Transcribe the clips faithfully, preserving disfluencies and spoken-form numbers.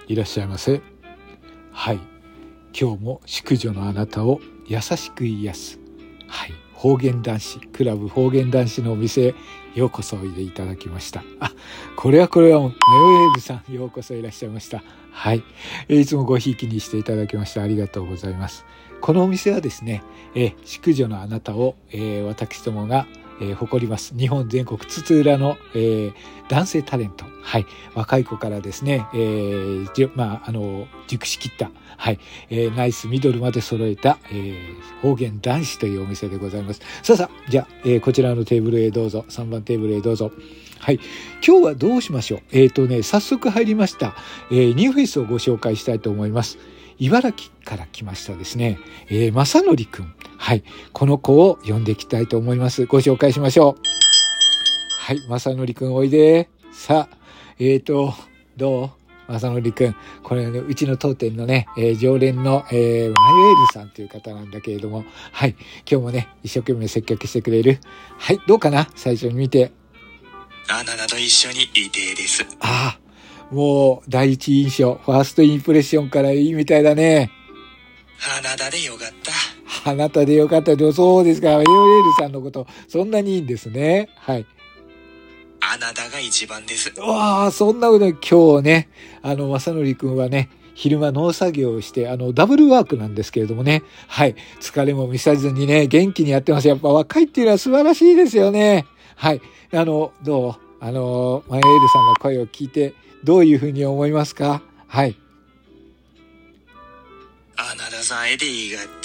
いらっしゃいませ。はい、今日も淑女のあなたを優しく癒す、はい、方言男子クラブ方言男子のお店へようこそおいでいただきました。あ、これはこれはマヨエールさん、ようこそいらっしゃいました。はい、いつもごひいきにしていただきましてありがとうございます。このお店はですね、え淑女のあなたを、えー、私どもがえー、誇ります日本全国津々浦の、えー、男性タレント、はい、若い子からですね、えーじまあ、あの熟しきった、はいえー、ナイスミドルまで揃えた、えー、方言男子というお店でございます。さあさあ、じゃあ、えー、こちらのテーブルへどうぞ、さんばんテーブルへどうぞ。はい、今日はどうしましょう。えっとね早速入りました、えー、ニューフェイスをご紹介したいと思います。茨城から来ましたですね、えー、正則くん、はい、この子を呼んでいきたいと思います。ご紹介しましょう。はい、正則くんおいで。さあ、えーとどう正則くん、これねうちの当店のね、えー、常連の、えー、マヨエールさんという方なんだけれども、はい、今日もね一生懸命接客してくれる。はい、どうかな、最初に見て。 あなたと一緒にいてです。 ああ、もう第一印象、ファーストインプレッションからいいみたいだね。 あなたでよかった。 あなたでよかった。そうですか。エオエールさんのことそんなにいいんですね。はい。 あなたが一番です。 わあ、そんなこと今日ね、あの正則くんはね、昼間農作業をしてあのダブルワークなんですけれどもね、はい、疲れも見せずにね元気にやってます。やっぱ若いっていうのは素晴らしいですよね。はい、あのどうあのマヨエールさんの声を聞いてどういうふうに思いますか。はい。 あなたさんえでいいがった。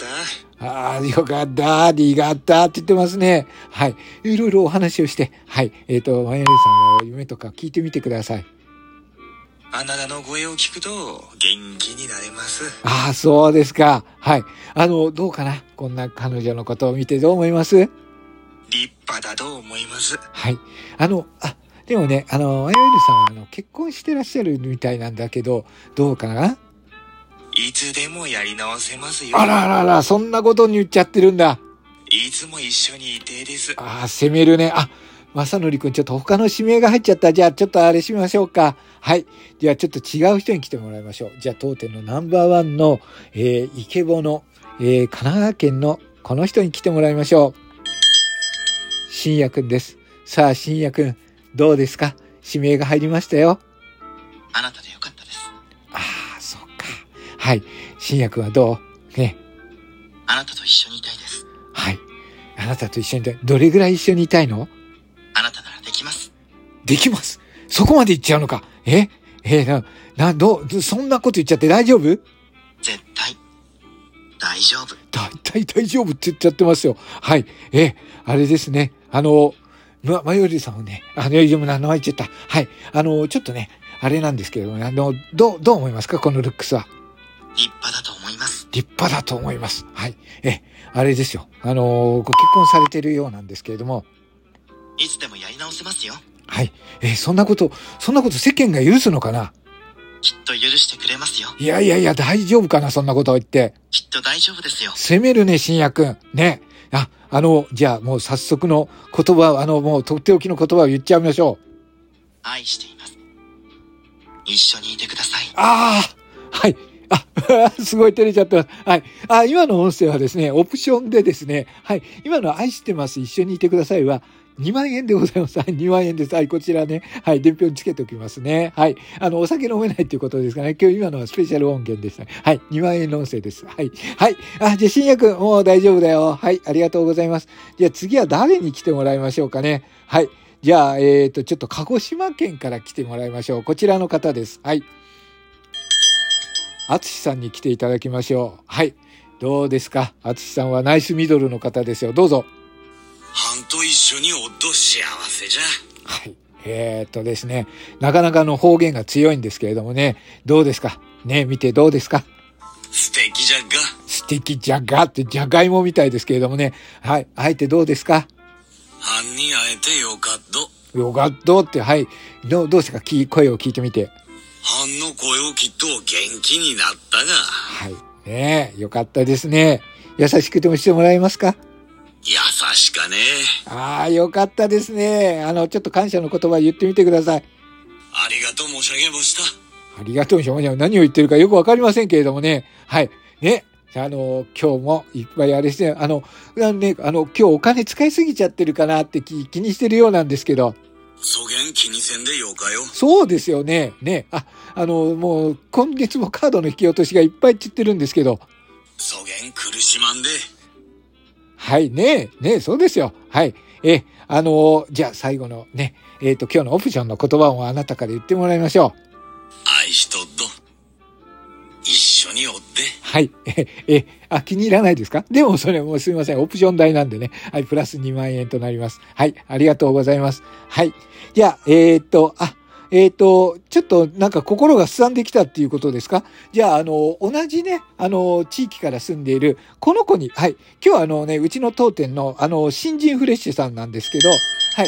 ああ、よかった、ありがったって言ってますね。はい。いろいろお話をして、はい。えっと、マヨネーズさんの夢とか聞いてみてください。 あなたの声を聞くと元気になれます。 ああ、そうですか。はい。あの、どうかな、こんな彼女のことを見てどう思います？ 立派だと思います。 はい。あの、あ、でもね、あの、マヨネーズさんはあの結婚してらっしゃるみたいなんだけど、どうかな？ いつでもやり直せますよ。 あららら、そんなことに言っちゃってるんだ。 いつも一緒にいてです。 ああ、攻めるね。あ、正則くんちょっと他の指名が入っちゃった。じゃあちょっとあれしましょうか。はい。じゃあちょっと違う人に来てもらいましょう。じゃあ当店のナンバーワンの、えー、イケボの、えー、神奈川県のこの人に来てもらいましょう。信也くんです。さあ信也くん、どうですか？指名が入りましたよ。 あなたでよかったです。 ああ、そうか。はい。信也くんはどうね。 あなたと一緒にいたいです。 はい。あなたと一緒にいたい。どれぐらい一緒にいたいの？ あなたならできます。 できます。そこまで言っちゃうのか。ええな、な、どう、そんなこと言っちゃって大丈夫？ 絶対、大丈夫。 大体大丈夫って言っちゃってますよ。はい。え、あれですね。あの、ま、マヨリさんをね、あの、いや、名前言っちゃった。はい。あの、ちょっとね、あれなんですけどね、あの、どう、どう思いますか？このルックスは。 立派だと思います。 立派だと思います。はい。え、あれですよ。あの、ご結婚されてるようなんですけれども。 いつでもやり直せますよ。 はい。え、そんなこと、そんなこと世間が許すのかな？ きっと許してくれますよ。 いやいやいや、大丈夫かな、そんなことを言って。 きっと大丈夫ですよ。 攻めるね、信也くん。ね。あ、あの、じゃあもう早速の言葉、あの、もうとっておきの言葉を言っちゃいましょう。 愛しています。一緒にいてください。 ああ、はい。あ、すごい照れちゃってます。はい。あ、今の音声はですね、オプションでですね、はい。今の愛してます、一緒にいてくださいは、にまんえんでございます。はい、にまんえんです。はい、こちらね。はい、伝票につけておきますね。はい。あの、お酒飲めないっていうことですからね。今日今のはスペシャル音源でした。はい、にまんえんの音声です。はい。はい。あ、じゃあ、信也くん、もう大丈夫だよ。はい、ありがとうございます。じゃあ、次は誰に来てもらいましょうかね。はい。じゃあ、えっと、ちょっと鹿児島県から来てもらいましょう。こちらの方です。はい。あつしさんに来ていただきましょう。はい。どうですか？あつしさんはナイスミドルの方ですよ。どうぞ。 はんと一緒におっと幸せじゃ。 はい。えー、っとですね、なかなかの方言が強いんですけれどもね、どうですか？ね、見てどうですか？ 素敵じゃが。 素敵じゃがってじゃがいもみたいですけれどもね。はい。あえてどうですか？ はんに会えてよかっと。 よかっとって、はい。どう、どうですか？声を聞いてみて。 はんの声をきっと元気になったが。 はい。ねえ、よかったですね。優しくてもしてもらえますか？ 優しかね。 ああ、よかったですね。あの、ちょっと感謝の言葉言ってみてください。 ありがとう申し上げました。 ありがとうしょう。何を言ってるかよくわかりませんけれどもね。はい。ね。あの、今日もいっぱいあれですね。あの、あのね、あの、今日お金使いすぎちゃってるかなって気、気にしてるようなんですけど。 そげん気にせんでよかよ。 そうですよね。ね。あ、あの、もう、今月もカードの引き落としがいっぱいって言ってるんですけど。 そげん苦しまんで。 はい、ねえ、ねえ、そうですよ。はい。え、あの、じゃあ最後のね、えっと、今日のオプションの言葉をあなたから言ってもらいましょう。 愛しとっと。一緒におって。 はい。え、え、あ、気に入らないですか？でもそれもうすいません。オプション代なんでね。はい。プラスにまんえんとなります。はい。ありがとうございます。はい。じゃあ、えー、っと、あ、えー、っと、ちょっとなんか心がすさんできたっていうことですか？じゃあ、あの、同じね、あの、地域から住んでいる、この子に、はい。今日はあのね、うちの当店の、あの、新人フレッシュさんなんですけど、はい。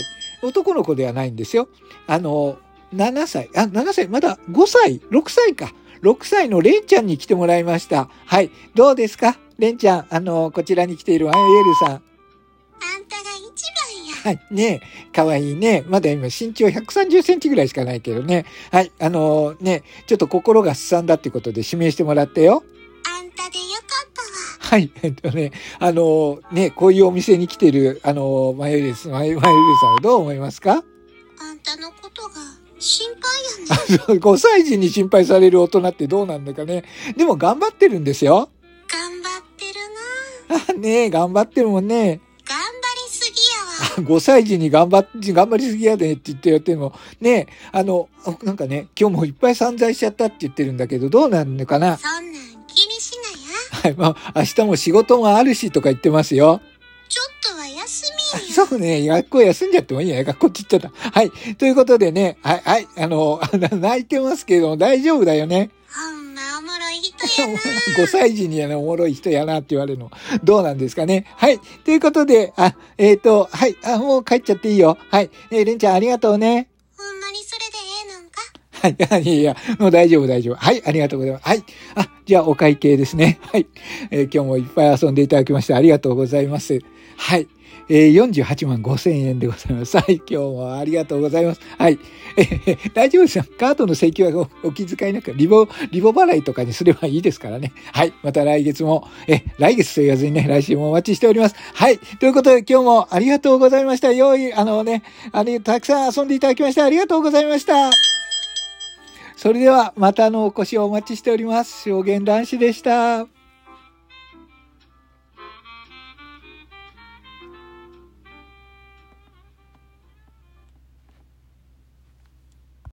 男の子ではないんですよ。あの、ななさい、あ、ななさい、まだごさい、ろくさいか。ろくさいのレンちゃんに来てもらいました。はい。どうですか？レンちゃん、あの、こちらに来ているワンエルさん。 あんたが一番や。 はい。ねえ、かわいいね。まだ今身長ひゃくさんじゅっセンチぐらいしかないけどね。はい。あのー、ね、ちょっと心がすさんだってことで指名してもらったよ。 あんたでよかったわ。 はい。えっとね、あのー、ね、こういうお店に来てる、あのー、マヨレーズ、マヨレーズさんはどう思いますか？ あんたのことが心配やね。 ごさい児に心配される大人ってどうなんだかね。でも頑張ってるんですよ。 頑張ってるな。 あ、ねえ、頑張ってるもんね。 頑張りすぎやわ。 ごさい児に頑張っ、頑張りすぎやでって言ってやっても、ねえ、あの、なんかね、今日もいっぱい散財しちゃったって言ってるんだけど、どうなるのかな？ そんなん気にしなや。 はい、まあ、明日も仕事もあるしとか言ってますよ。 ちょっとは休みや。 そうね、学校休んじゃってもいいや、学校って言っちゃった。はい、ということでね、はい、はい、あの、泣いてますけど、大丈夫だよね。 ほんまおもろい人やな。 ごさい児にはね、おもろい人やなって言われるの。どうなんですかね。はい。ということで、あ、えっと、はい。あ、もう帰っちゃっていいよ。はい。えー、レンちゃんありがとうね。 ほんまにそれでええのんか？ はい。いやいや、もう大丈夫大丈夫。はい。ありがとうございます。はい。あ、じゃあお会計ですね。はい。えー、今日もいっぱい遊んでいただきましてありがとうございます。はい。えー、よんじゅうはちまんごせんえんでございます。はい。今日もありがとうございます。はい。えー、大丈夫ですよ。カードの請求はお気遣いなく、リボ、リボ払いとかにすればいいですからね。はい。また来月も、え、来月と言わずにね、来週もお待ちしております。はい。ということで今日もありがとうございました。良い、あのね、あれ、たくさん遊んでいただきましてありがとうございました。それではまたのお越しをお待ちしております。証言男子でした。